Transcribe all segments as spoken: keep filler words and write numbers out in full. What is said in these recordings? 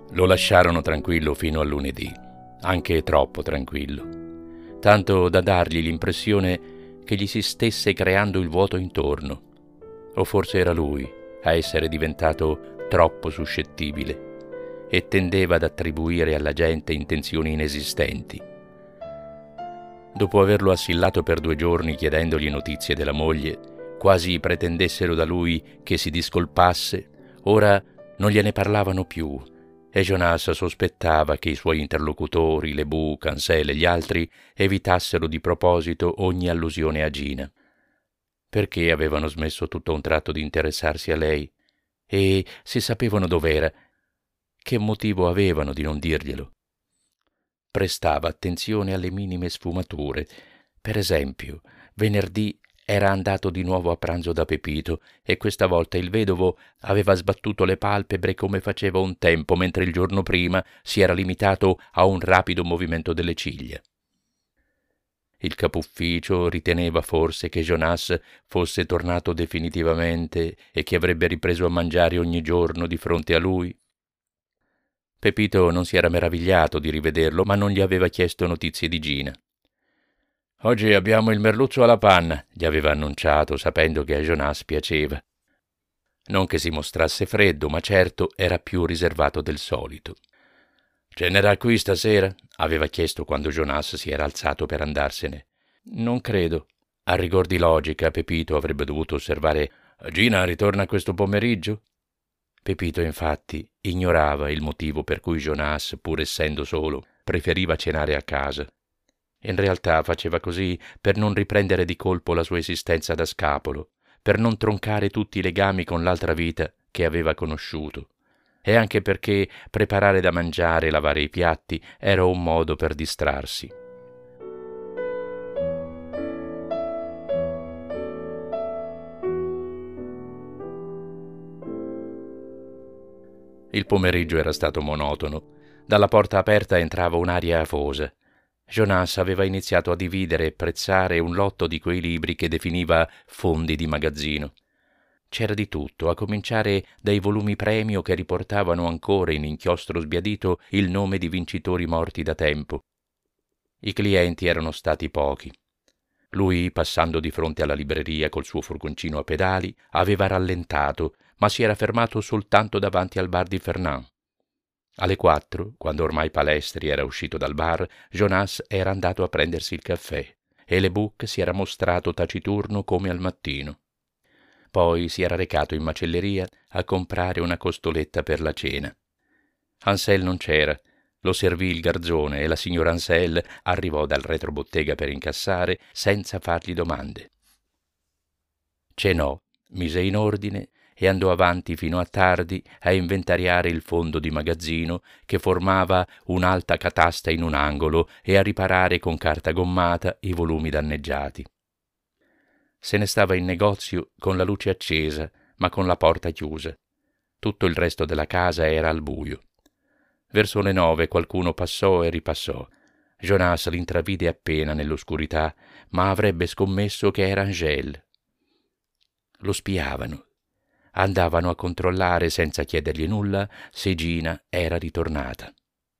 Lo lasciarono tranquillo fino a lunedì, anche troppo tranquillo, tanto da dargli l'impressione che gli si stesse creando il vuoto intorno, o forse era lui a essere diventato troppo suscettibile e tendeva ad attribuire alla gente intenzioni inesistenti. Dopo averlo assillato per due giorni chiedendogli notizie della moglie, quasi pretendessero da lui che si discolpasse, ora non gliene parlavano più, e Jonas sospettava che i suoi interlocutori, Lebu, Cancel e gli altri, evitassero di proposito ogni allusione a Gina. Perché avevano smesso tutto a un tratto di interessarsi a lei? E se sapevano dov'era, che motivo avevano di non dirglielo? Prestava attenzione alle minime sfumature. Per esempio, venerdì era andato di nuovo a pranzo da Pepito e questa volta il vedovo aveva sbattuto le palpebre come faceva un tempo, mentre il giorno prima si era limitato a un rapido movimento delle ciglia. Il capufficio riteneva forse che Jonas fosse tornato definitivamente e che avrebbe ripreso a mangiare ogni giorno di fronte a lui. Pepito non si era meravigliato di rivederlo, ma non gli aveva chiesto notizie di Gina. «Oggi abbiamo il merluzzo alla panna», gli aveva annunciato, sapendo che a Jonas piaceva. Non che si mostrasse freddo, ma certo era più riservato del solito. «Ce n'era qui stasera?» aveva chiesto quando Jonas si era alzato per andarsene. «Non credo». A rigor di logica, Pepito avrebbe dovuto osservare «Gina ritorna questo pomeriggio?» Pepito, infatti, ignorava il motivo per cui Jonas, pur essendo solo, preferiva cenare a casa. In realtà faceva così per non riprendere di colpo la sua esistenza da scapolo, per non troncare tutti i legami con l'altra vita che aveva conosciuto, e anche perché preparare da mangiare e lavare i piatti era un modo per distrarsi. Il pomeriggio era stato monotono. Dalla porta aperta entrava un'aria afosa. Jonas aveva iniziato a dividere e prezzare un lotto di quei libri che definiva fondi di magazzino. C'era di tutto, a cominciare dai volumi premio che riportavano ancora in inchiostro sbiadito il nome di vincitori morti da tempo. I clienti erano stati pochi. Lui, passando di fronte alla libreria col suo furgoncino a pedali, aveva rallentato, ma si era fermato soltanto davanti al bar di Fernand. Alle quattro, quando ormai Palestri era uscito dal bar, Jonas era andato a prendersi il caffè e Lebuc si era mostrato taciturno come al mattino. Poi si era recato in macelleria a comprare una costoletta per la cena. Ansel non c'era, lo servì il garzone e la signora Ansel arrivò dal retrobottega per incassare senza fargli domande. Cenò, mise in ordine e andò avanti fino a tardi a inventariare il fondo di magazzino che formava un'alta catasta in un angolo e a riparare con carta gommata i volumi danneggiati. Se ne stava in negozio con la luce accesa, ma con la porta chiusa. Tutto il resto della casa era al buio. Verso le nove qualcuno passò e ripassò. Jonas l'intravide appena nell'oscurità, ma avrebbe scommesso che era Angèle. Lo spiavano. Andavano a controllare, senza chiedergli nulla, se Gina era ritornata.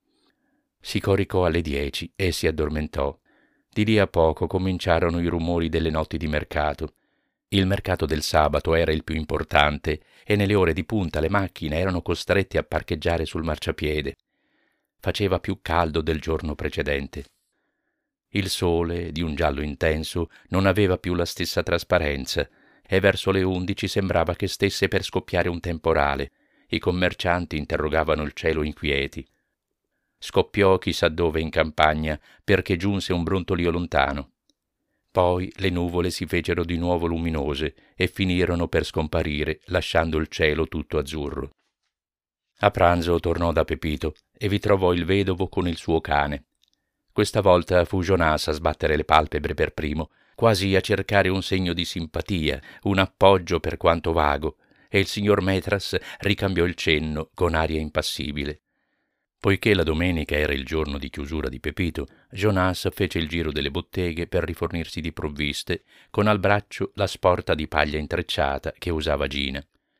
Si coricò alle dieci e si addormentò. Di lì a poco cominciarono i rumori delle notti di mercato. Il mercato del sabato era il più importante e nelle ore di punta le macchine erano costrette a parcheggiare sul marciapiede. Faceva più caldo del giorno precedente. Il sole, di un giallo intenso, non aveva più la stessa trasparenza e verso le undici sembrava che stesse per scoppiare un temporale. I commercianti interrogavano il cielo inquieti. Scoppiò chissà dove in campagna, perché giunse un brontolio lontano. Poi le nuvole si fecero di nuovo luminose e finirono per scomparire, lasciando il cielo tutto azzurro. A pranzo tornò da Pepito e vi trovò il vedovo con il suo cane. Questa volta fu Jonas a sbattere le palpebre per primo, quasi a cercare un segno di simpatia, un appoggio per quanto vago, e il signor Metras ricambiò il cenno con aria impassibile. Poiché la domenica era il giorno di chiusura di Pepito, Jonas fece il giro delle botteghe per rifornirsi di provviste, con al braccio la sporta di paglia intrecciata che usava Gina.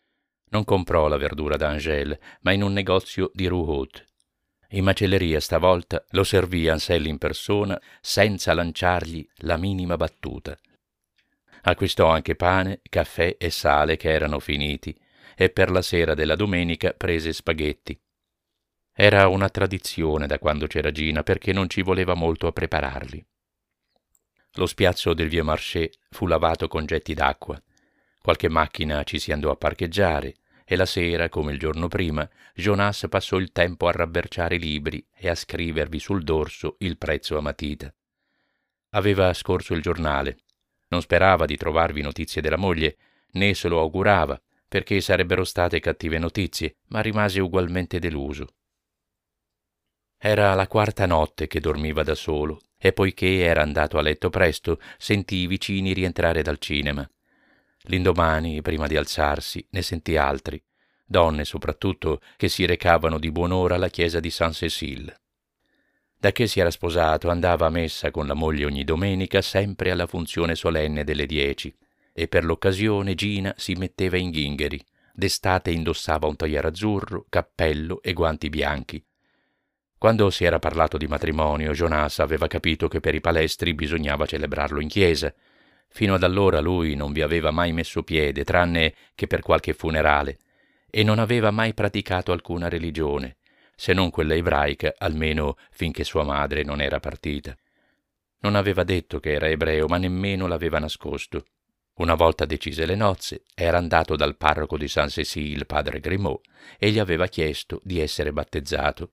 Non comprò la verdura da Angèle, ma in un negozio di Rue Haute. In macelleria stavolta lo servì Anselli in persona, senza lanciargli la minima battuta. Acquistò anche pane, caffè e sale che erano finiti, e per la sera della domenica prese spaghetti. Era una tradizione da quando c'era Gina, perché non ci voleva molto a prepararli. Lo spiazzo del Vieux Marché fu lavato con getti d'acqua. Qualche macchina ci si andò a parcheggiare, e la sera, come il giorno prima, Jonas passò il tempo a rabberciare libri e a scrivervi sul dorso il prezzo a matita. Aveva scorso il giornale. Non sperava di trovarvi notizie della moglie, né se lo augurava, perché sarebbero state cattive notizie, ma rimase ugualmente deluso. Era la quarta notte che dormiva da solo, e poiché era andato a letto presto, sentì i vicini rientrare dal cinema. L'indomani, prima di alzarsi, ne sentì altri, donne soprattutto, che si recavano di buon'ora alla chiesa di Saint-Cécile. Da che si era sposato andava a messa con la moglie ogni domenica, sempre alla funzione solenne delle dieci, e per l'occasione Gina si metteva in ghingheri. D'estate indossava un tagliere azzurro, cappello e guanti bianchi. Quando si era parlato di matrimonio, Jonas aveva capito che per i palestri bisognava celebrarlo in chiesa. Fino ad allora lui non vi aveva mai messo piede, tranne che per qualche funerale, e non aveva mai praticato alcuna religione, se non quella ebraica, almeno finché sua madre non era partita. Non aveva detto che era ebreo, ma nemmeno l'aveva nascosto. Una volta decise le nozze, era andato dal parroco di Saint-Cécile, padre Grimaud, e gli aveva chiesto di essere battezzato.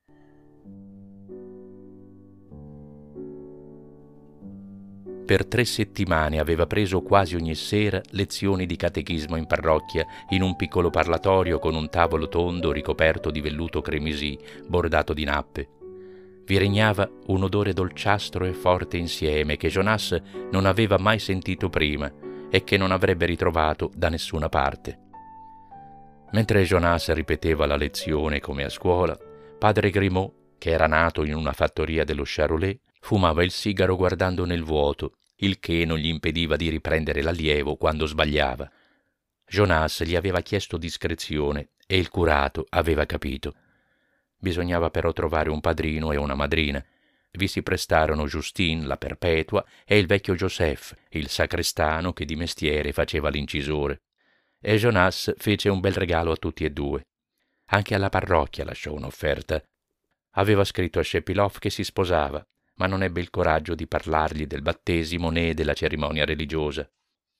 Per tre settimane aveva preso quasi ogni sera lezioni di catechismo in parrocchia, in un piccolo parlatorio con un tavolo tondo ricoperto di velluto cremisì, bordato di nappe. Vi regnava un odore dolciastro e forte insieme che Jonas non aveva mai sentito prima e che non avrebbe ritrovato da nessuna parte. Mentre Jonas ripeteva la lezione come a scuola, padre Grimaud, che era nato in una fattoria dello Charolais, fumava il sigaro guardando nel vuoto, il che non gli impediva di riprendere l'allievo quando sbagliava. Jonas gli aveva chiesto discrezione e il curato aveva capito. Bisognava però trovare un padrino e una madrina. Vi si prestarono Justine, la perpetua, e il vecchio Joseph, il sacrestano che di mestiere faceva l'incisore. E Jonas fece un bel regalo a tutti e due. Anche alla parrocchia lasciò un'offerta. Aveva scritto a Schepilov che si sposava, ma non ebbe il coraggio di parlargli del battesimo né della cerimonia religiosa.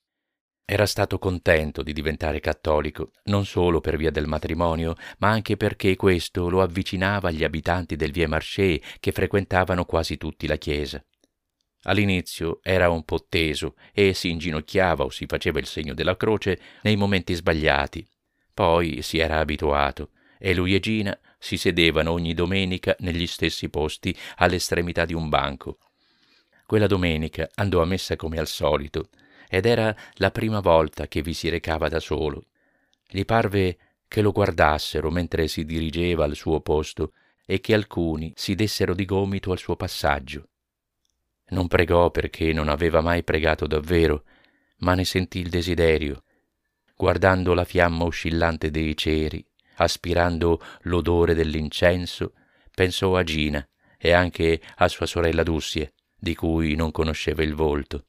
Era stato contento di diventare cattolico, non solo per via del matrimonio, ma anche perché questo lo avvicinava agli abitanti del Vieux Marché che frequentavano quasi tutti la chiesa. All'inizio era un po' teso e si inginocchiava o si faceva il segno della croce nei momenti sbagliati. Poi si era abituato e lui e Gina si sedevano ogni domenica negli stessi posti all'estremità di un banco. Quella domenica andò a messa come al solito ed era la prima volta che vi si recava da solo. Gli parve che lo guardassero mentre si dirigeva al suo posto e che alcuni si dessero di gomito al suo passaggio. Non pregò perché non aveva mai pregato davvero, ma ne sentì il desiderio, guardando la fiamma oscillante dei ceri, aspirando l'odore dell'incenso, pensò a Gina e anche a sua sorella Dussie, di cui non conosceva il volto.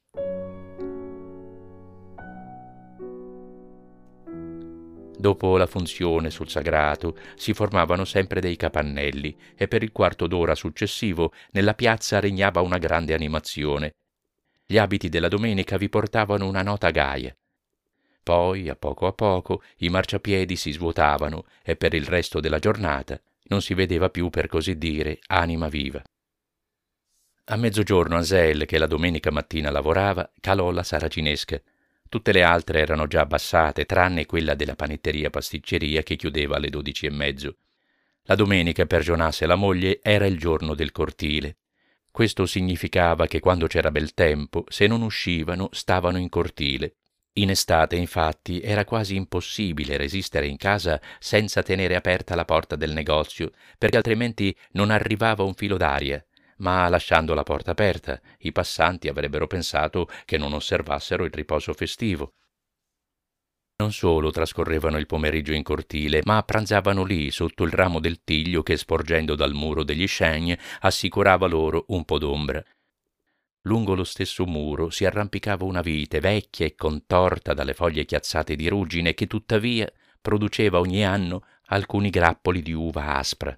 Dopo la funzione sul sagrato si formavano sempre dei capannelli e per il quarto d'ora successivo nella piazza regnava una grande animazione. Gli abiti della domenica vi portavano una nota gaia. Poi, a poco a poco, i marciapiedi si svuotavano e per il resto della giornata non si vedeva più, per così dire, anima viva. A mezzogiorno Ansel, che la domenica mattina lavorava, calò la saracinesca. Tutte le altre erano già abbassate, tranne quella della panetteria-pasticceria che chiudeva alle dodici e mezzo. La domenica per Jonas e la moglie era il giorno del cortile. Questo significava che quando c'era bel tempo, se non uscivano, stavano in cortile. In estate, infatti, era quasi impossibile resistere in casa senza tenere aperta la porta del negozio, perché altrimenti non arrivava un filo d'aria. Ma lasciando la porta aperta, i passanti avrebbero pensato che non osservassero il riposo festivo. Non solo trascorrevano il pomeriggio in cortile, ma pranzavano lì, sotto il ramo del tiglio che, sporgendo dal muro degli Chênes, assicurava loro un po' d'ombra. Lungo lo stesso muro si arrampicava una vite, vecchia e contorta dalle foglie chiazzate di ruggine, che tuttavia produceva ogni anno alcuni grappoli di uva aspra.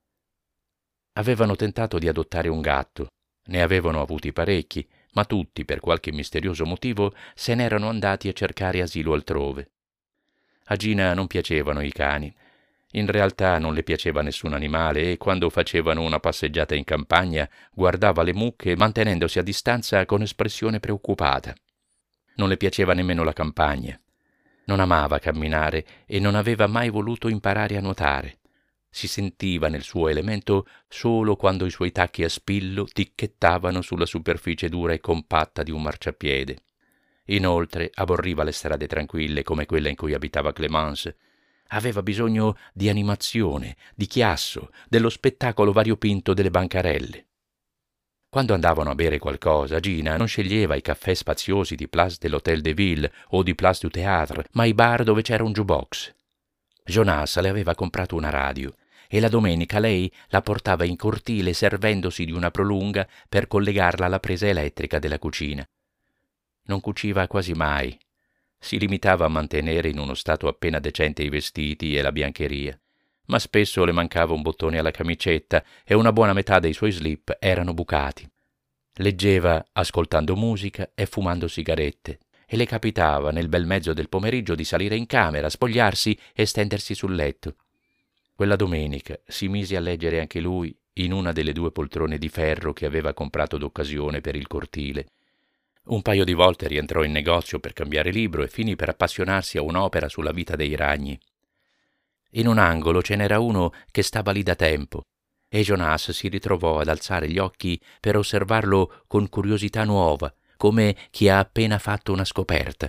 Avevano tentato di adottare un gatto, ne avevano avuti parecchi, ma tutti, per qualche misterioso motivo, se n'erano andati a cercare asilo altrove. A Gina non piacevano i cani. In realtà non le piaceva nessun animale e quando facevano una passeggiata in campagna guardava le mucche mantenendosi a distanza con espressione preoccupata. Non le piaceva nemmeno la campagna. Non amava camminare e non aveva mai voluto imparare a nuotare. Si sentiva nel suo elemento solo quando i suoi tacchi a spillo ticchettavano sulla superficie dura e compatta di un marciapiede. Inoltre aborriva le strade tranquille come quella in cui abitava Clémence. Aveva bisogno di animazione, di chiasso, dello spettacolo variopinto delle bancarelle. Quando andavano a bere qualcosa, Gina non sceglieva i caffè spaziosi di Place de l'Hôtel de Ville o di Place du Théâtre, ma i bar dove c'era un jukebox. Jonas le aveva comprato una radio e la domenica lei la portava in cortile servendosi di una prolunga per collegarla alla presa elettrica della cucina. Non cuciva quasi mai. Si limitava a mantenere in uno stato appena decente i vestiti e la biancheria, ma spesso le mancava un bottone alla camicetta e una buona metà dei suoi slip erano bucati. Leggeva ascoltando musica e fumando sigarette e le capitava nel bel mezzo del pomeriggio di salire in camera, spogliarsi e stendersi sul letto. Quella domenica si mise a leggere anche lui in una delle due poltrone di ferro che aveva comprato d'occasione per il cortile. Un paio di volte rientrò in negozio per cambiare libro e finì per appassionarsi a un'opera sulla vita dei ragni. In un angolo ce n'era uno che stava lì da tempo e Jonas si ritrovò ad alzare gli occhi per osservarlo con curiosità nuova, come chi ha appena fatto una scoperta.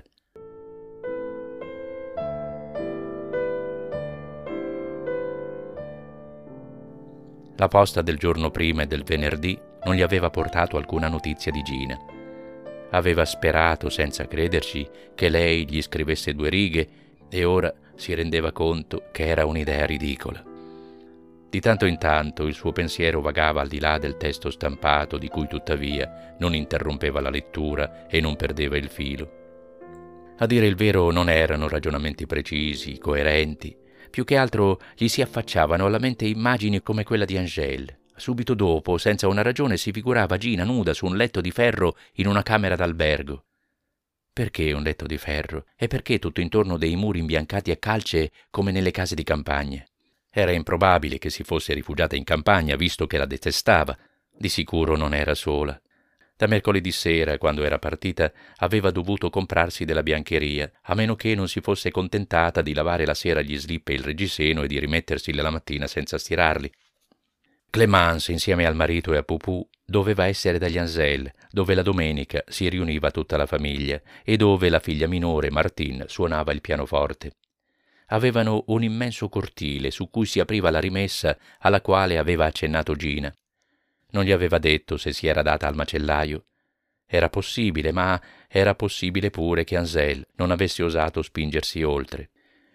La posta del giorno prima e del venerdì non gli aveva portato alcuna notizia di Gina. Aveva sperato, senza crederci, che lei gli scrivesse due righe e ora si rendeva conto che era un'idea ridicola. Di tanto in tanto il suo pensiero vagava al di là del testo stampato, di cui tuttavia non interrompeva la lettura e non perdeva il filo. A dire il vero non erano ragionamenti precisi, coerenti. Più che altro gli si affacciavano alla mente immagini come quella di Angèle. Subito dopo, senza una ragione, si figurava Gina nuda su un letto di ferro in una camera d'albergo. Perché un letto di ferro? E perché tutto intorno dei muri imbiancati a calce come nelle case di campagna? Era improbabile che si fosse rifugiata in campagna, visto che la detestava. Di sicuro non era sola. Da mercoledì sera, quando era partita, aveva dovuto comprarsi della biancheria, a meno che non si fosse contentata di lavare la sera gli slip e il reggiseno e di rimetterseli la mattina senza stirarli. Clémence, insieme al marito e a Pupù, doveva essere dagli Ansel, dove la domenica si riuniva tutta la famiglia e dove la figlia minore, Martine, suonava il pianoforte. Avevano un immenso cortile su cui si apriva la rimessa alla quale aveva accennato Gina. Non gli aveva detto se si era data al macellaio. Era possibile, ma era possibile pure che Ansel non avesse osato spingersi oltre.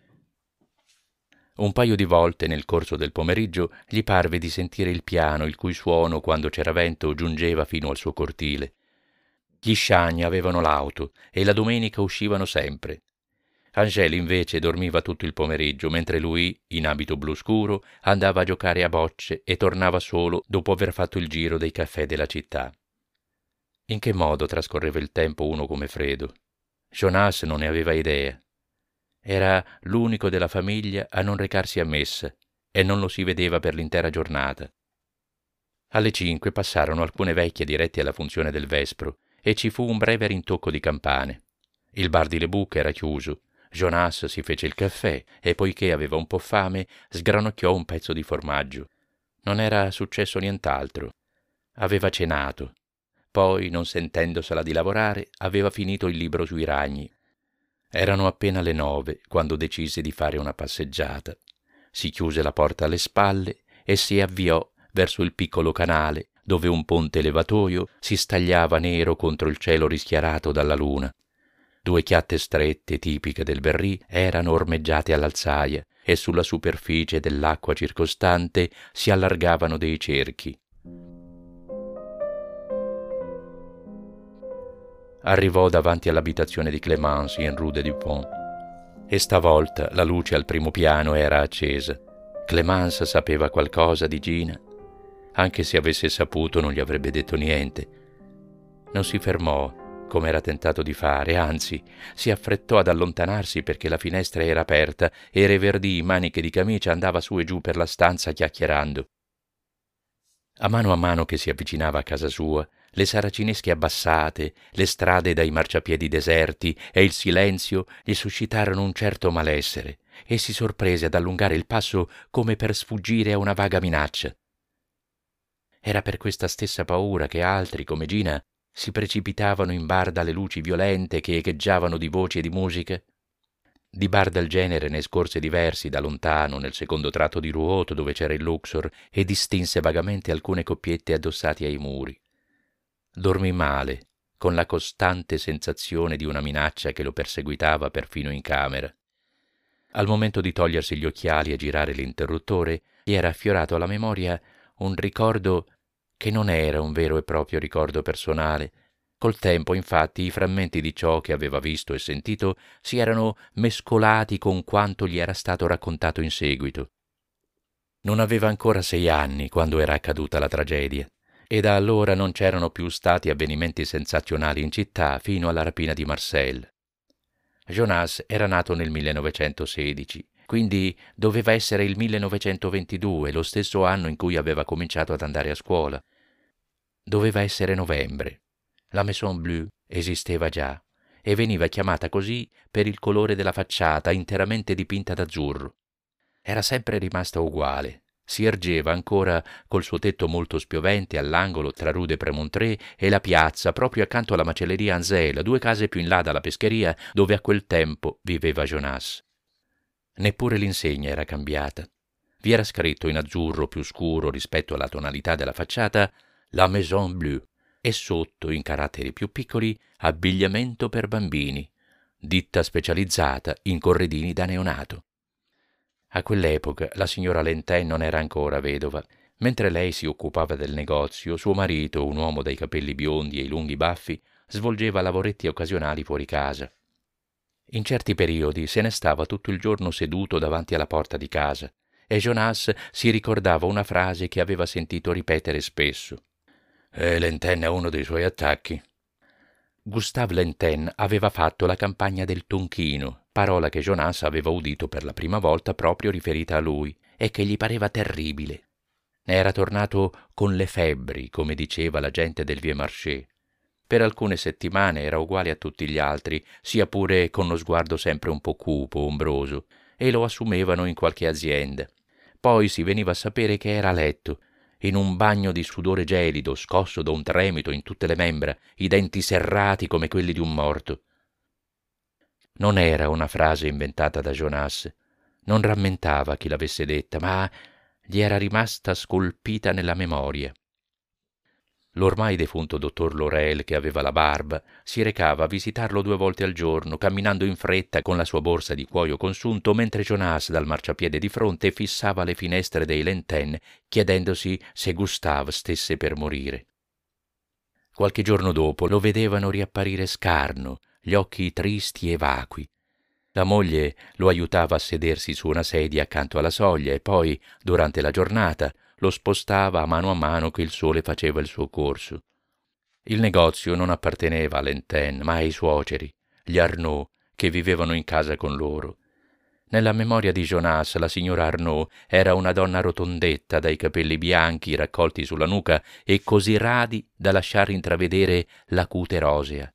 Un paio di volte nel corso del pomeriggio gli parve di sentire il piano, il cui suono, quando c'era vento, giungeva fino al suo cortile. Gli sciagni avevano l'auto e la domenica uscivano sempre. Angèle invece dormiva tutto il pomeriggio, mentre lui, in abito blu scuro, andava a giocare a bocce e tornava solo dopo aver fatto il giro dei caffè della città. In che modo trascorreva il tempo uno come Fredo? Jonas non ne aveva idea. Era l'unico della famiglia a non recarsi a messa e non lo si vedeva per l'intera giornata. Alle cinque passarono alcune vecchie dirette alla funzione del vespro e ci fu un breve rintocco di campane. Il bar di Le Bouc era chiuso. Jonas si fece il caffè e, poiché aveva un po' fame, sgranocchiò un pezzo di formaggio. Non era successo nient'altro. Aveva cenato. Poi, non sentendosela di lavorare, aveva finito il libro sui ragni. Erano appena le nove quando decise di fare una passeggiata. Si chiuse la porta alle spalle e si avviò verso il piccolo canale dove un ponte levatoio si stagliava nero contro il cielo rischiarato dalla luna. Due chiatte strette, tipiche del Berry, erano ormeggiate all'alzaia e sulla superficie dell'acqua circostante si allargavano dei cerchi. Arrivò davanti all'abitazione di Clémence in rue de Dupont e stavolta la luce al primo piano era accesa. Clémence sapeva qualcosa di Gina. Anche se avesse saputo non gli avrebbe detto niente. Non si fermò, come era tentato di fare, anzi, si affrettò ad allontanarsi perché la finestra era aperta e Reverdì, in maniche di camicia, andava su e giù per la stanza chiacchierando. A mano a mano che si avvicinava a casa sua, le saracinesche abbassate, le strade dai marciapiedi deserti e il silenzio gli suscitarono un certo malessere e si sorprese ad allungare il passo come per sfuggire a una vaga minaccia. Era per questa stessa paura che altri, come Gina, si precipitavano in bar dalle luci violente che echeggiavano di voci e di musiche. Di bar del genere ne scorse diversi da lontano nel secondo tratto di Rouault dove c'era il Luxor e distinse vagamente alcune coppiette addossate ai muri. Dormì male, con la costante sensazione di una minaccia che lo perseguitava perfino in camera. Al momento di togliersi gli occhiali e girare l'interruttore, gli era affiorato alla memoria un ricordo che non era un vero e proprio ricordo personale. Col tempo, infatti, i frammenti di ciò che aveva visto e sentito si erano mescolati con quanto gli era stato raccontato in seguito. Non aveva ancora sei anni quando era accaduta la tragedia, e da allora non c'erano più stati avvenimenti sensazionali in città fino alla rapina di Marcel. Jonas era nato nel millenovecentosedici, quindi doveva essere il millenovecentoventidue, lo stesso anno in cui aveva cominciato ad andare a scuola. Doveva essere novembre. La Maison Bleue esisteva già e veniva chiamata così per il colore della facciata interamente dipinta d'azzurro. Era sempre rimasta uguale. Si ergeva ancora col suo tetto molto spiovente all'angolo tra rue de Prémontré e la piazza, proprio accanto alla macelleria Ansel, due case più in là dalla pescheria dove a quel tempo viveva Jonas. Neppure l'insegna era cambiata. Vi era scritto in azzurro più scuro rispetto alla tonalità della facciata La Maison Bleue e sotto, in caratteri più piccoli, abbigliamento per bambini, ditta specializzata in corredini da neonato. A quell'epoca la signora Lentin non era ancora vedova. Mentre lei si occupava del negozio, suo marito, un uomo dai capelli biondi e i lunghi baffi, svolgeva lavoretti occasionali fuori casa. In certi periodi se ne stava tutto il giorno seduto davanti alla porta di casa e Jonas si ricordava una frase che aveva sentito ripetere spesso. «E Lentin ha uno dei suoi attacchi». Gustave Lentin aveva fatto la campagna del tonchino, parola che Jonas aveva udito per la prima volta proprio riferita a lui e che gli pareva terribile. Ne era tornato con le febbri, come diceva la gente del Vieux Marché. Per alcune settimane era uguale a tutti gli altri, sia pure con lo sguardo sempre un po' cupo, ombroso, e lo assumevano in qualche azienda. Poi si veniva a sapere che era a letto, in un bagno di sudore gelido, scosso da un tremito in tutte le membra, i denti serrati come quelli di un morto. Non era una frase inventata da Jonas, non rammentava chi l'avesse detta, ma gli era rimasta scolpita nella memoria. L'ormai defunto dottor Laurel, che aveva la barba, si recava a visitarlo due volte al giorno, camminando in fretta con la sua borsa di cuoio consunto, mentre Jonas dal marciapiede di fronte fissava le finestre dei Lentin, chiedendosi se Gustave stesse per morire. Qualche giorno dopo lo vedevano riapparire scarno, gli occhi tristi e vacui. La moglie lo aiutava a sedersi su una sedia accanto alla soglia e poi, durante la giornata, lo spostava a mano a mano che il sole faceva il suo corso. Il negozio non apparteneva a Lentin, ma ai suoceri, gli Arnaud, che vivevano in casa con loro. Nella memoria di Jonas la signora Arnaud era una donna rotondetta dai capelli bianchi raccolti sulla nuca e così radi da lasciare intravedere la cute rosea.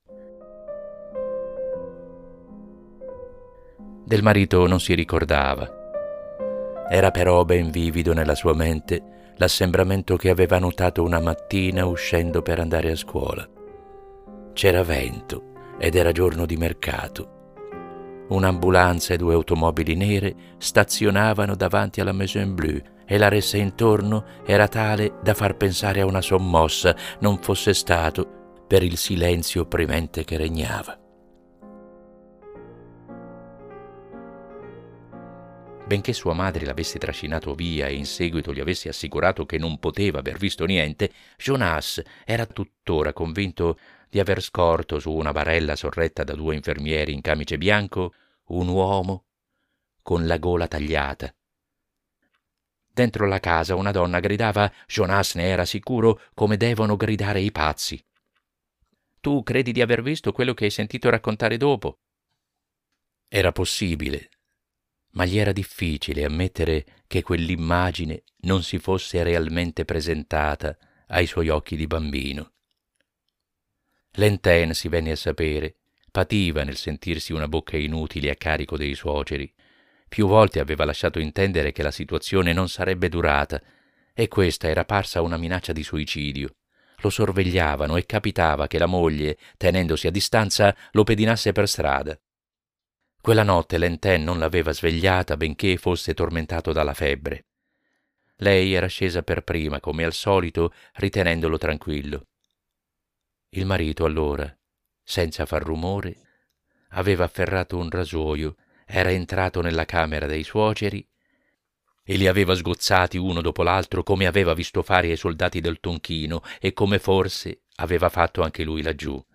Del marito non si ricordava. Era però ben vivido nella sua mente l'assembramento che aveva notato una mattina uscendo per andare a scuola. C'era vento ed era giorno di mercato. Un'ambulanza e due automobili nere stazionavano davanti alla Maison Bleue e la ressa intorno era tale da far pensare a una sommossa, non fosse stato per il silenzio opprimente che regnava. Benché sua madre l'avesse trascinato via e in seguito gli avesse assicurato che non poteva aver visto niente, Jonas era tuttora convinto di aver scorto su una barella sorretta da due infermieri in camice bianco un uomo con la gola tagliata. Dentro la casa una donna gridava, Jonas ne era sicuro, come devono gridare i pazzi. «Tu credi di aver visto quello che hai sentito raccontare dopo?» Era possibile, ma gli era difficile ammettere che quell'immagine non si fosse realmente presentata ai suoi occhi di bambino. Lenten, si venne a sapere, pativa nel sentirsi una bocca inutile a carico dei suoceri. Più volte aveva lasciato intendere che la situazione non sarebbe durata, e questa era parsa una minaccia di suicidio. Lo sorvegliavano e capitava che la moglie, tenendosi a distanza, lo pedinasse per strada. Quella notte Lenten non l'aveva svegliata, benché fosse tormentato dalla febbre. Lei era scesa per prima, come al solito, ritenendolo tranquillo. Il marito, allora, senza far rumore, aveva afferrato un rasoio, era entrato nella camera dei suoceri e li aveva sgozzati uno dopo l'altro, come aveva visto fare ai soldati del Tonchino e come forse aveva fatto anche lui laggiù.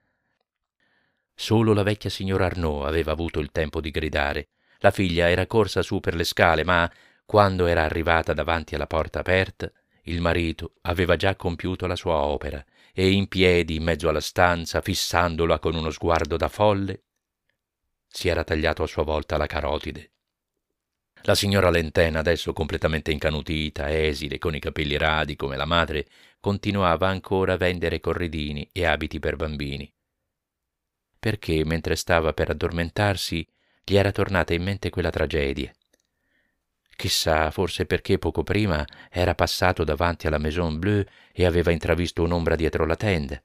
Solo la vecchia signora Arnaud aveva avuto il tempo di gridare. La figlia era corsa su per le scale, ma quando era arrivata davanti alla porta aperta, il marito aveva già compiuto la sua opera e in piedi in mezzo alla stanza, fissandola con uno sguardo da folle, si era tagliato a sua volta la carotide. La signora Lenten, adesso completamente incanutita, esile, con i capelli radi come la madre, continuava ancora a vendere corredini e abiti per bambini. Perché, mentre stava per addormentarsi, gli era tornata in mente quella tragedia. Chissà, forse perché poco prima era passato davanti alla Maison Bleue e aveva intravisto un'ombra dietro la tenda.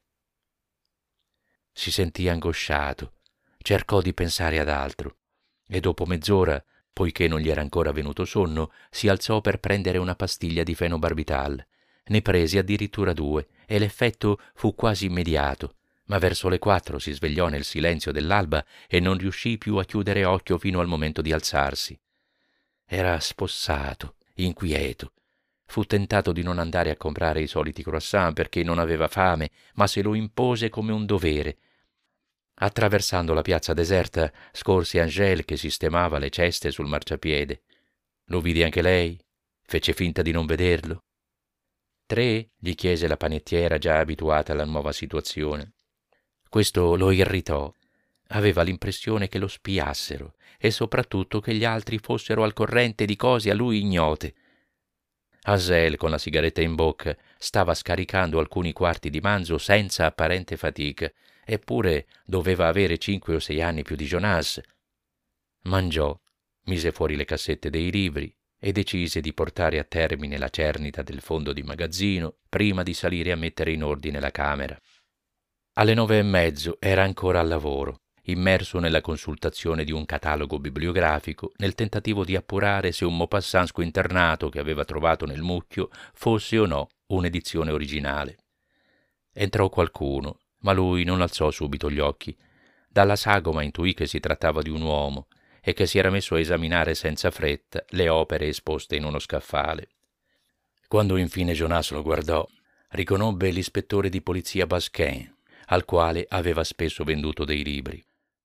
Si sentì angosciato, cercò di pensare ad altro e dopo mezz'ora, poiché non gli era ancora venuto sonno, si alzò per prendere una pastiglia di fenobarbital. Ne prese addirittura due e l'effetto fu quasi immediato, ma verso le quattro si svegliò nel silenzio dell'alba e non riuscì più a chiudere occhio fino al momento di alzarsi. Era spossato, inquieto. Fu tentato di non andare a comprare i soliti croissant perché non aveva fame, ma se lo impose come un dovere. Attraversando la piazza deserta, scorse Angèle che sistemava le ceste sul marciapiede. Lo vide anche lei? Fece finta di non vederlo? Tre? Gli chiese la panettiera già abituata alla nuova situazione. Questo lo irritò. Aveva l'impressione che lo spiassero e soprattutto che gli altri fossero al corrente di cose a lui ignote. Angèle, con la sigaretta in bocca, stava scaricando alcuni quarti di manzo senza apparente fatica, eppure doveva avere cinque o sei anni più di Jonas. Mangiò, mise fuori le cassette dei libri e decise di portare a termine la cernita del fondo di magazzino prima di salire a mettere in ordine la camera. Alle nove e mezzo era ancora al lavoro, immerso nella consultazione di un catalogo bibliografico, nel tentativo di appurare se un Maupassant squinternato che aveva trovato nel mucchio fosse o no un'edizione originale. Entrò qualcuno, ma lui non alzò subito gli occhi. Dalla sagoma intuì che si trattava di un uomo e che si era messo a esaminare senza fretta le opere esposte in uno scaffale. Quando infine Jonas lo guardò, riconobbe l'ispettore di polizia Basquin, al quale aveva spesso venduto dei libri.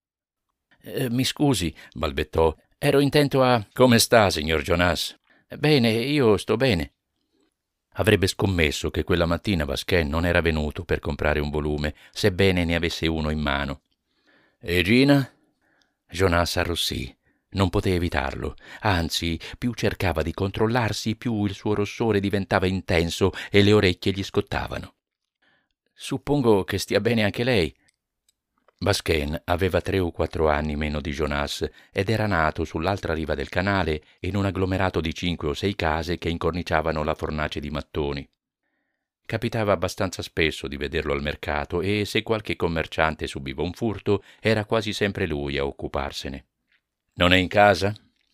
Eh, «Mi scusi», balbettò, «ero intento a...» «Come sta, signor Jonas?» «Bene, io sto bene». Avrebbe scommesso che quella mattina Basquin non era venuto per comprare un volume, sebbene ne avesse uno in mano. «E Gina?» Jonas arrossì. Non poté evitarlo, anzi, più cercava di controllarsi, più il suo rossore diventava intenso e le orecchie gli scottavano. «Suppongo che stia bene anche lei». Basquin aveva tre o quattro anni meno di Jonas ed era nato sull'altra riva del canale in un agglomerato di cinque o sei case che incorniciavano la fornace di mattoni. Capitava abbastanza spesso di vederlo al mercato e se qualche commerciante subiva un furto era quasi sempre lui a occuparsene. «Non è in casa?»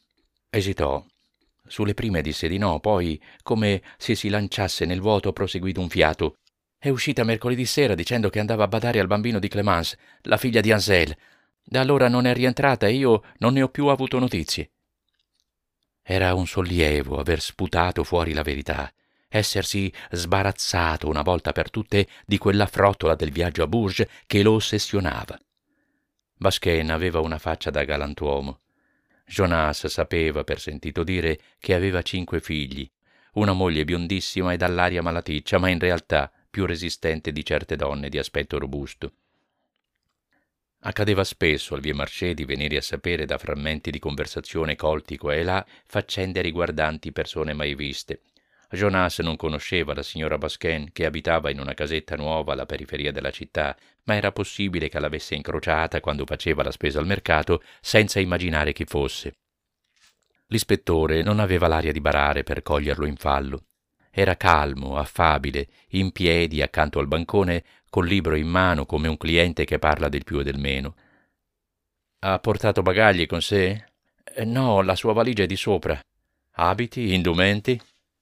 Esitò. Sulle prime disse di no, poi, come se si lanciasse nel vuoto, proseguì d'un fiato. «È uscita mercoledì sera dicendo che andava a badare al bambino di Clémence, la figlia di Ansel. Da allora non è rientrata e io non ne ho più avuto notizie». Era un sollievo aver sputato fuori la verità, essersi sbarazzato una volta per tutte di quella frottola del viaggio a Bourges che lo ossessionava. Basquin aveva una faccia da galantuomo. Jonas sapeva, per sentito dire, che aveva cinque figli, una moglie biondissima e dall'aria malaticcia, ma in realtà più resistente di certe donne di aspetto robusto. Accadeva spesso al Vieux Marché di venire a sapere da frammenti di conversazione colti qua e là faccende riguardanti persone mai viste. Jonas non conosceva la signora Basquin, che abitava in una casetta nuova alla periferia della città, ma era possibile che l'avesse incrociata quando faceva la spesa al mercato senza immaginare chi fosse. L'ispettore non aveva l'aria di barare per coglierlo in fallo. Era calmo, affabile, in piedi accanto al bancone, col libro in mano come un cliente che parla del più e del meno. «Ha portato bagagli con sé?» Eh, «No, la sua valigia è di sopra». «Abiti, indumenti?»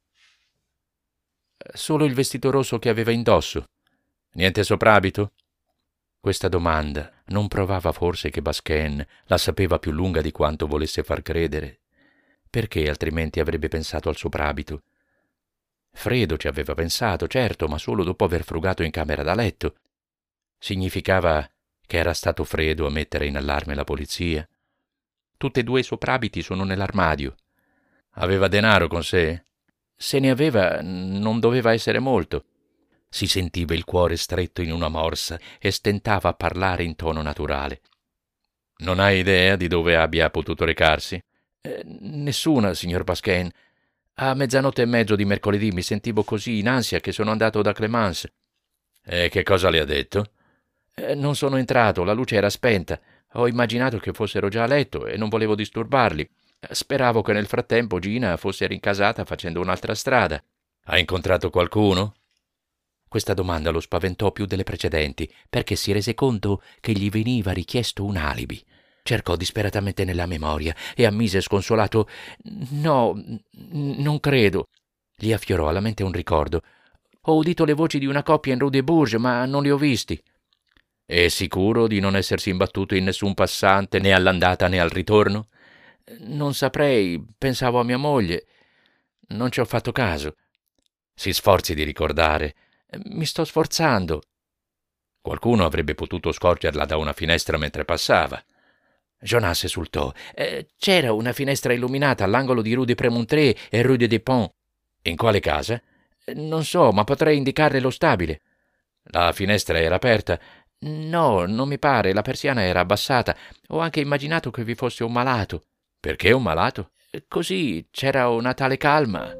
«Solo il vestito rosso che aveva indosso». «Niente soprabito?» Questa domanda non provava forse che Basquin la sapeva più lunga di quanto volesse far credere. Perché altrimenti avrebbe pensato al soprabito? Fredo ci aveva pensato, certo, ma solo dopo aver frugato in camera da letto. Significava che era stato Fredo a mettere in allarme la polizia. Tutti e due i soprabiti sono nell'armadio. Aveva denaro con sé? Se ne aveva, non doveva essere molto. Si sentiva il cuore stretto in una morsa e stentava a parlare in tono naturale. Non hai idea di dove abbia potuto recarsi? Eh, nessuna, signor Basquin. A mezzanotte e mezzo di mercoledì mi sentivo così in ansia che sono andato da Clémence. E che cosa le ha detto? Eh, non sono entrato, la luce era spenta. Ho immaginato che fossero già a letto e non volevo disturbarli. Speravo che nel frattempo Gina fosse rincasata facendo un'altra strada. Ha incontrato qualcuno? Questa domanda lo spaventò più delle precedenti, perché si rese conto che gli veniva richiesto un alibi. Cercò disperatamente nella memoria e ammise sconsolato: «No, non credo». Gli affiorò alla mente un ricordo. «Ho udito le voci di una coppia in Rue de Bourges, ma non li ho visti». «È sicuro di non essersi imbattuto in nessun passante né all'andata né al ritorno?» «Non saprei, pensavo a mia moglie. Non ci ho fatto caso». «Si sforzi di ricordare». «Mi sto sforzando». «Qualcuno avrebbe potuto scorgerla da una finestra mentre passava». Jonas esultò. Eh, «c'era una finestra illuminata all'angolo di Rue de Prémontré e Rue de Despons». «In quale casa?» «Non so, ma potrei indicarle lo stabile». «La finestra era aperta?» «No, non mi pare, la persiana era abbassata. Ho anche immaginato che vi fosse un malato». «Perché un malato?» «Così, c'era una tale calma».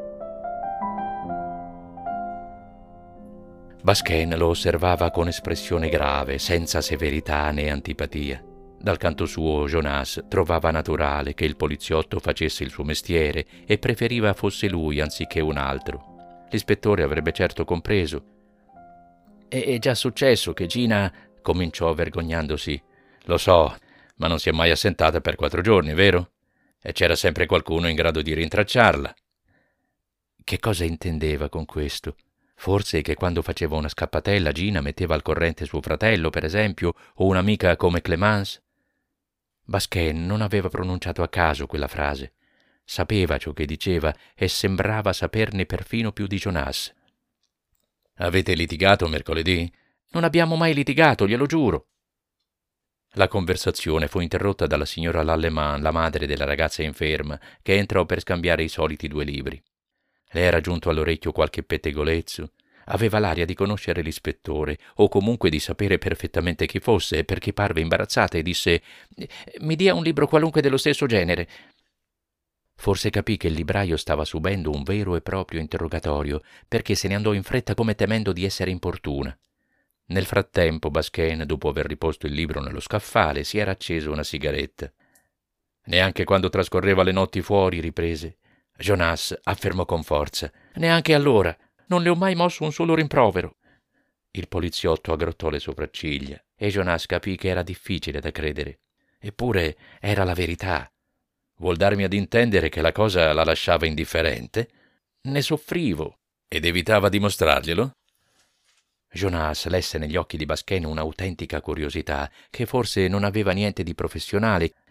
Basquin lo osservava con espressione grave, senza severità né antipatia. Dal canto suo Jonas trovava naturale che il poliziotto facesse il suo mestiere e preferiva fosse lui anziché un altro. L'ispettore avrebbe certo compreso. «È già successo che Gina...» cominciò vergognandosi. «Lo so, ma non si è mai assentata per quattro giorni, vero? E c'era sempre qualcuno in grado di rintracciarla». Che cosa intendeva con questo? Forse che quando faceva una scappatella Gina metteva al corrente suo fratello, per esempio, o un'amica come Clémence? Basquin non aveva pronunciato a caso quella frase. Sapeva ciò che diceva e sembrava saperne perfino più di Jonas. «Avete litigato mercoledì?» «Non abbiamo mai litigato, glielo giuro». La conversazione fu interrotta dalla signora Lallemand, la madre della ragazza inferma, che entrò per scambiare i soliti due libri. Le era giunto all'orecchio qualche pettegolezzo. Aveva l'aria di conoscere l'ispettore, o comunque di sapere perfettamente chi fosse, perché parve imbarazzata e disse: «Mi dia un libro qualunque dello stesso genere». Forse capì che il libraio stava subendo un vero e proprio interrogatorio, perché se ne andò in fretta come temendo di essere importuna. Nel frattempo Basquin, dopo aver riposto il libro nello scaffale, si era acceso una sigaretta. «Neanche quando trascorreva le notti fuori», riprese. Jonas affermò con forza. «Neanche allora. Non le ho mai mosso un solo rimprovero». Il poliziotto aggrottò le sopracciglia e Jonas capì che era difficile da credere. Eppure era la verità. «Vuol darmi ad intendere che la cosa la lasciava indifferente?» «Ne soffrivo». «Ed evitava di mostrarglielo?» Jonas lesse negli occhi di Basquin un'autentica curiosità, che forse non aveva niente di professionale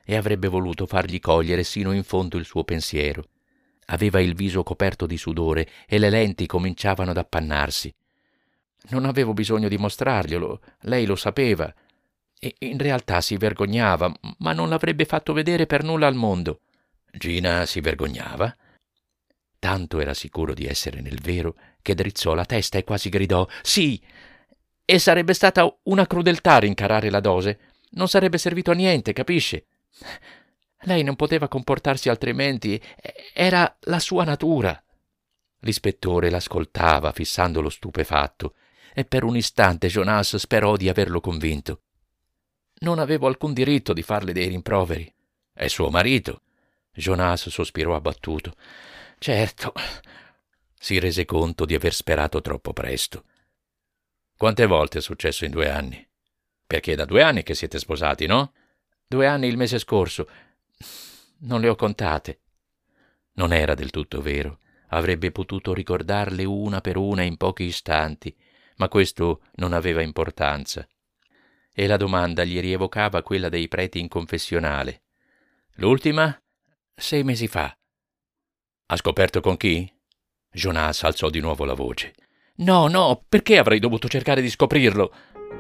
e avrebbe voluto fargli cogliere sino in fondo il suo pensiero. Aveva il viso coperto di sudore e le lenti cominciavano ad appannarsi. Non avevo bisogno di mostrarglielo, lei lo sapeva. E in realtà si vergognava, ma non l'avrebbe fatto vedere per nulla al mondo. Gina si vergognava? Tanto era sicuro di essere nel vero che drizzò la testa e quasi gridò «Sì!» E sarebbe stata una crudeltà rincarare la dose. Non sarebbe servito a niente, capisce? Lei non poteva comportarsi altrimenti. Era la sua natura. L'ispettore l'ascoltava, fissandolo stupefatto, e per un istante Jonas sperò di averlo convinto. Non avevo alcun diritto di farle dei rimproveri. È suo marito. Jonas sospirò abbattuto. Certo. Si rese conto di aver sperato troppo presto. Quante volte è successo in due anni? Perché è da due anni che siete sposati, no? Due anni il mese scorso. Non le ho contate. Non era del tutto vero. Avrebbe potuto ricordarle una per una in pochi istanti, ma questo non aveva importanza. E la domanda gli rievocava quella dei preti in confessionale. L'ultima? Sei mesi fa. Ha scoperto con chi? Jonas alzò di nuovo la voce. No, no, perché avrei dovuto cercare di scoprirlo?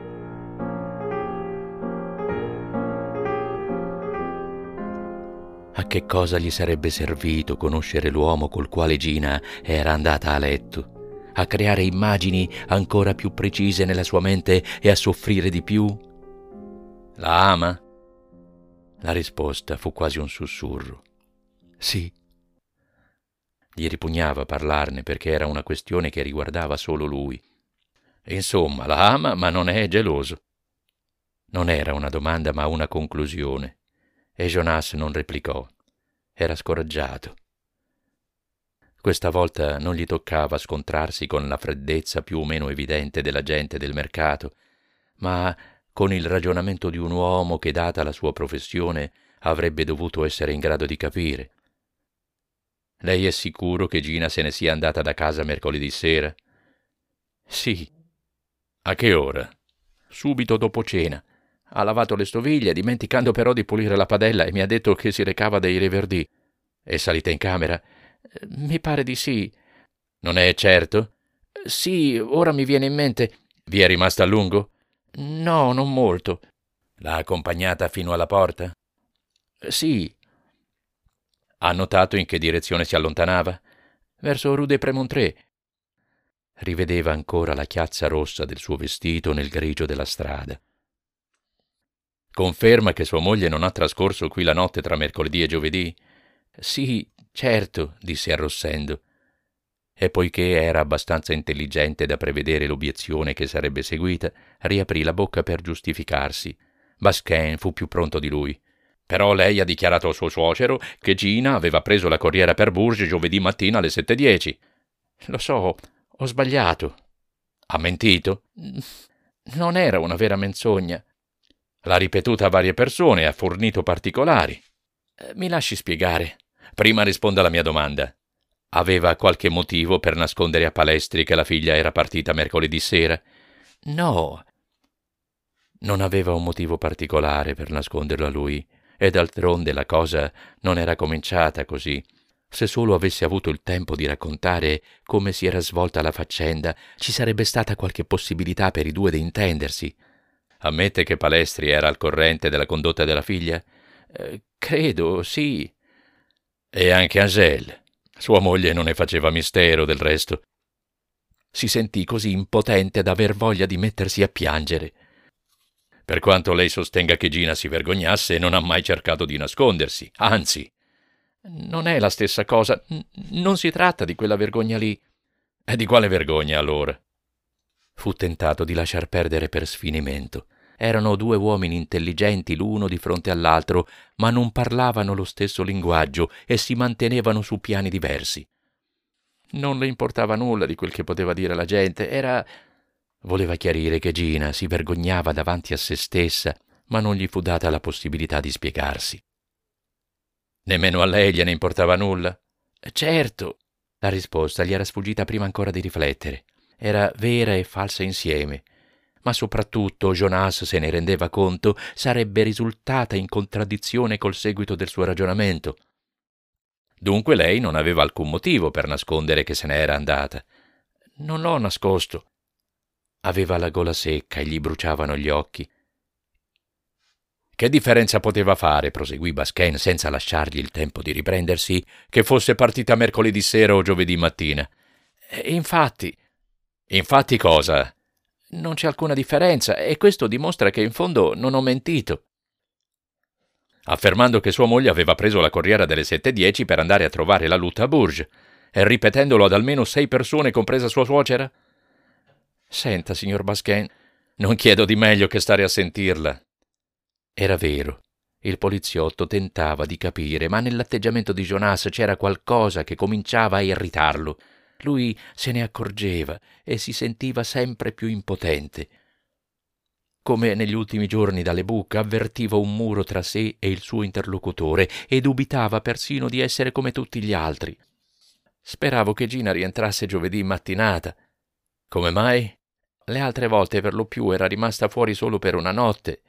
A che cosa gli sarebbe servito conoscere l'uomo col quale Gina era andata a letto? A creare immagini ancora più precise nella sua mente e a soffrire di più? La ama? La risposta fu quasi un sussurro. Sì. Gli ripugnava parlarne perché era una questione che riguardava solo lui. Insomma, la ama, ma non è geloso. Non era una domanda, ma una conclusione. E Jonas non replicò. Era scoraggiato. Questa volta non gli toccava scontrarsi con la freddezza più o meno evidente della gente del mercato, ma con il ragionamento di un uomo che, data la sua professione, avrebbe dovuto essere in grado di capire. Lei è sicuro che Gina se ne sia andata da casa mercoledì sera? Sì. A che ora? Subito dopo cena. Ha lavato le stoviglie, dimenticando però di pulire la padella, e mi ha detto che si recava dai riverdì. È salita in camera? Mi pare di sì. Non è certo? Sì, ora mi viene in mente. Vi è rimasta a lungo? No, non molto. L'ha accompagnata fino alla porta? Sì. Ha notato in che direzione si allontanava? Verso Rue de Prémontré. Rivedeva ancora la chiazza rossa del suo vestito nel grigio della strada. Conferma che sua moglie non ha trascorso qui la notte tra mercoledì e giovedì? Sì, certo, disse arrossendo. E poiché era abbastanza intelligente da prevedere l'obiezione che sarebbe seguita, riaprì la bocca per giustificarsi. Basquin fu più pronto di lui. Però lei ha dichiarato al suo suocero che Gina aveva preso la corriera per Bourges giovedì mattina alle sette e dieci. Lo so, ho sbagliato. Ha mentito? Non era una vera menzogna. L'ha ripetuta a varie persone e ha fornito particolari. Mi lasci spiegare. Prima risponda alla mia domanda. Aveva qualche motivo per nascondere a Palestri che la figlia era partita mercoledì sera? No. Non aveva un motivo particolare per nasconderlo a lui. E d'altronde la cosa non era cominciata così. Se solo avesse avuto il tempo di raccontare come si era svolta la faccenda, ci sarebbe stata qualche possibilità per i due di intendersi. Ammette che Palestri era al corrente della condotta della figlia? Eh, credo, sì. E anche Angèle. Sua moglie non ne faceva mistero, del resto. Si sentì così impotente da aver voglia di mettersi a piangere. Per quanto lei sostenga che Gina si vergognasse, non ha mai cercato di nascondersi, anzi. Non è la stessa cosa, non si tratta di quella vergogna lì. E di quale vergogna, allora? Fu tentato di lasciar perdere per sfinimento. Erano due uomini intelligenti l'uno di fronte all'altro, ma non parlavano lo stesso linguaggio e si mantenevano su piani diversi. Non le importava nulla di quel che poteva dire la gente, era... Voleva chiarire che Gina si vergognava davanti a se stessa, ma non gli fu data la possibilità di spiegarsi. Nemmeno a lei gliene importava nulla? Certo. La risposta gli era sfuggita prima ancora di riflettere. Era vera e falsa insieme. ma soprattutto Jonas se ne rendeva conto, sarebbe risultata in contraddizione col seguito del suo ragionamento. Dunque lei non aveva alcun motivo per nascondere che se n'era andata. Non l'ho nascosto. Aveva la gola secca e gli bruciavano gli occhi. Che differenza poteva fare, proseguì Basquin senza lasciargli il tempo di riprendersi, che fosse partita mercoledì sera o giovedì mattina? E infatti... Infatti cosa? Non c'è alcuna differenza, e questo dimostra che in fondo non ho mentito. Affermando che sua moglie aveva preso la corriera delle sette e dieci per andare a trovare la Lutte a Bourges, e ripetendolo ad almeno sei persone, compresa sua suocera? Senta, signor Basquin, non chiedo di meglio che stare a sentirla. Era vero. Il poliziotto tentava di capire, ma nell'atteggiamento di Jonas c'era qualcosa che cominciava a irritarlo. Lui se ne accorgeva e si sentiva sempre più impotente. Come negli ultimi giorni dalle Bouc avvertiva un muro tra sé e il suo interlocutore e dubitava persino di essere come tutti gli altri. Speravo che Gina rientrasse giovedì mattinata. Come mai? Le altre volte per lo più era rimasta fuori solo per una notte.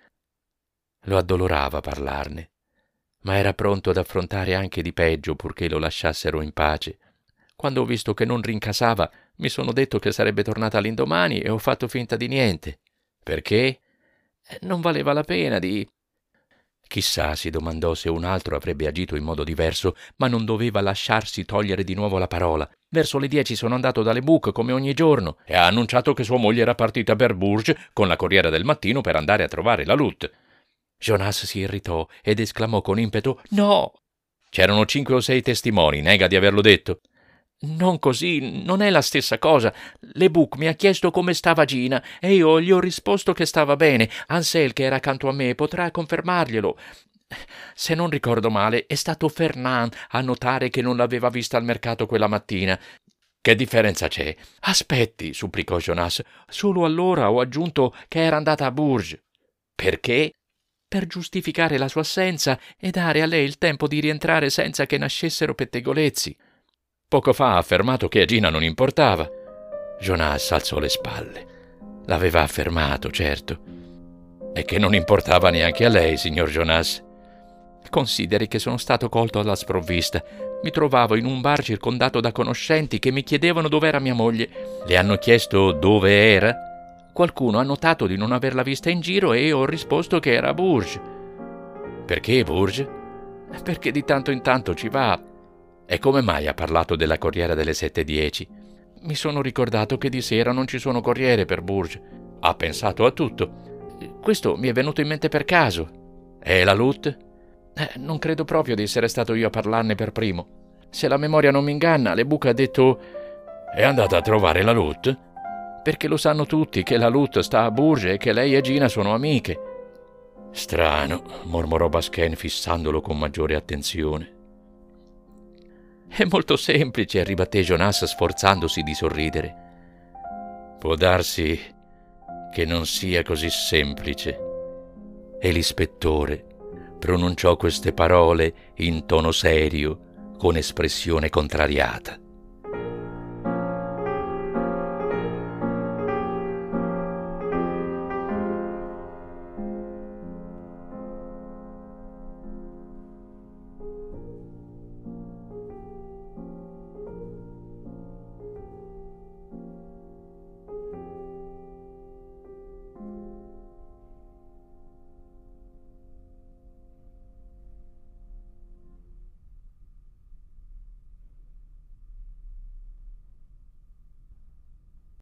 Lo addolorava parlarne, ma era pronto ad affrontare anche di peggio purché lo lasciassero in pace. Quando ho visto che non rincasava, mi sono detto che sarebbe tornata l'indomani e ho fatto finta di niente. Perché? Non valeva la pena di... Chissà, si domandò, se un altro avrebbe agito in modo diverso, ma non doveva lasciarsi togliere di nuovo la parola. Verso le dieci sono andato dalle Bouc come ogni giorno e ha annunciato che sua moglie era partita per Bourges con la Corriera del Mattino per andare a trovare la Lutte. Jonas si irritò ed esclamò con impeto: «No!» «C'erano cinque o sei testimoni, nega di averlo detto?» «Non così, non è la stessa cosa. Le Bouc mi ha chiesto come stava Gina e io gli ho risposto che stava bene. Ansel, che era accanto a me, potrà confermarglielo. Se non ricordo male, è stato Fernand a notare che non l'aveva vista al mercato quella mattina». «Che differenza c'è?» «Aspetti», supplicò Jonas. «Solo allora ho aggiunto che era andata a Bourges». «Perché?» «Per giustificare la sua assenza e dare a lei il tempo di rientrare senza che nascessero pettegolezzi». «Poco fa ha affermato che a Gina non importava». Jonas alzò le spalle. L'aveva affermato, certo. «E che non importava neanche a lei, signor Jonas?» «Consideri che sono stato colto alla sprovvista. Mi trovavo in un bar circondato da conoscenti che mi chiedevano dov'era mia moglie». «Le hanno chiesto dove era?» «Qualcuno ha notato di non averla vista in giro e io ho risposto che era a Bourges». «Perché Bourges?» «Perché di tanto in tanto ci va». «E come mai ha parlato della corriera delle sette e dieci?» «Mi sono ricordato che di sera non ci sono corriere per Bourges». «Ha pensato a tutto?» «Questo mi è venuto in mente per caso». «E la Lutte?» Eh, non credo proprio di essere stato io a parlarne per primo. Se la memoria non mi inganna, Le Bouc ha detto: «È andata a trovare la Lutte?» «Perché lo sanno tutti che la Lutte sta a Bourges e che lei e Gina sono amiche». «Strano», mormorò Basquin fissandolo con maggiore attenzione. «È molto semplice», ribatté Jonas sforzandosi di sorridere. «Può darsi che non sia così semplice». E l'ispettore pronunciò queste parole in tono serio, con espressione contrariata.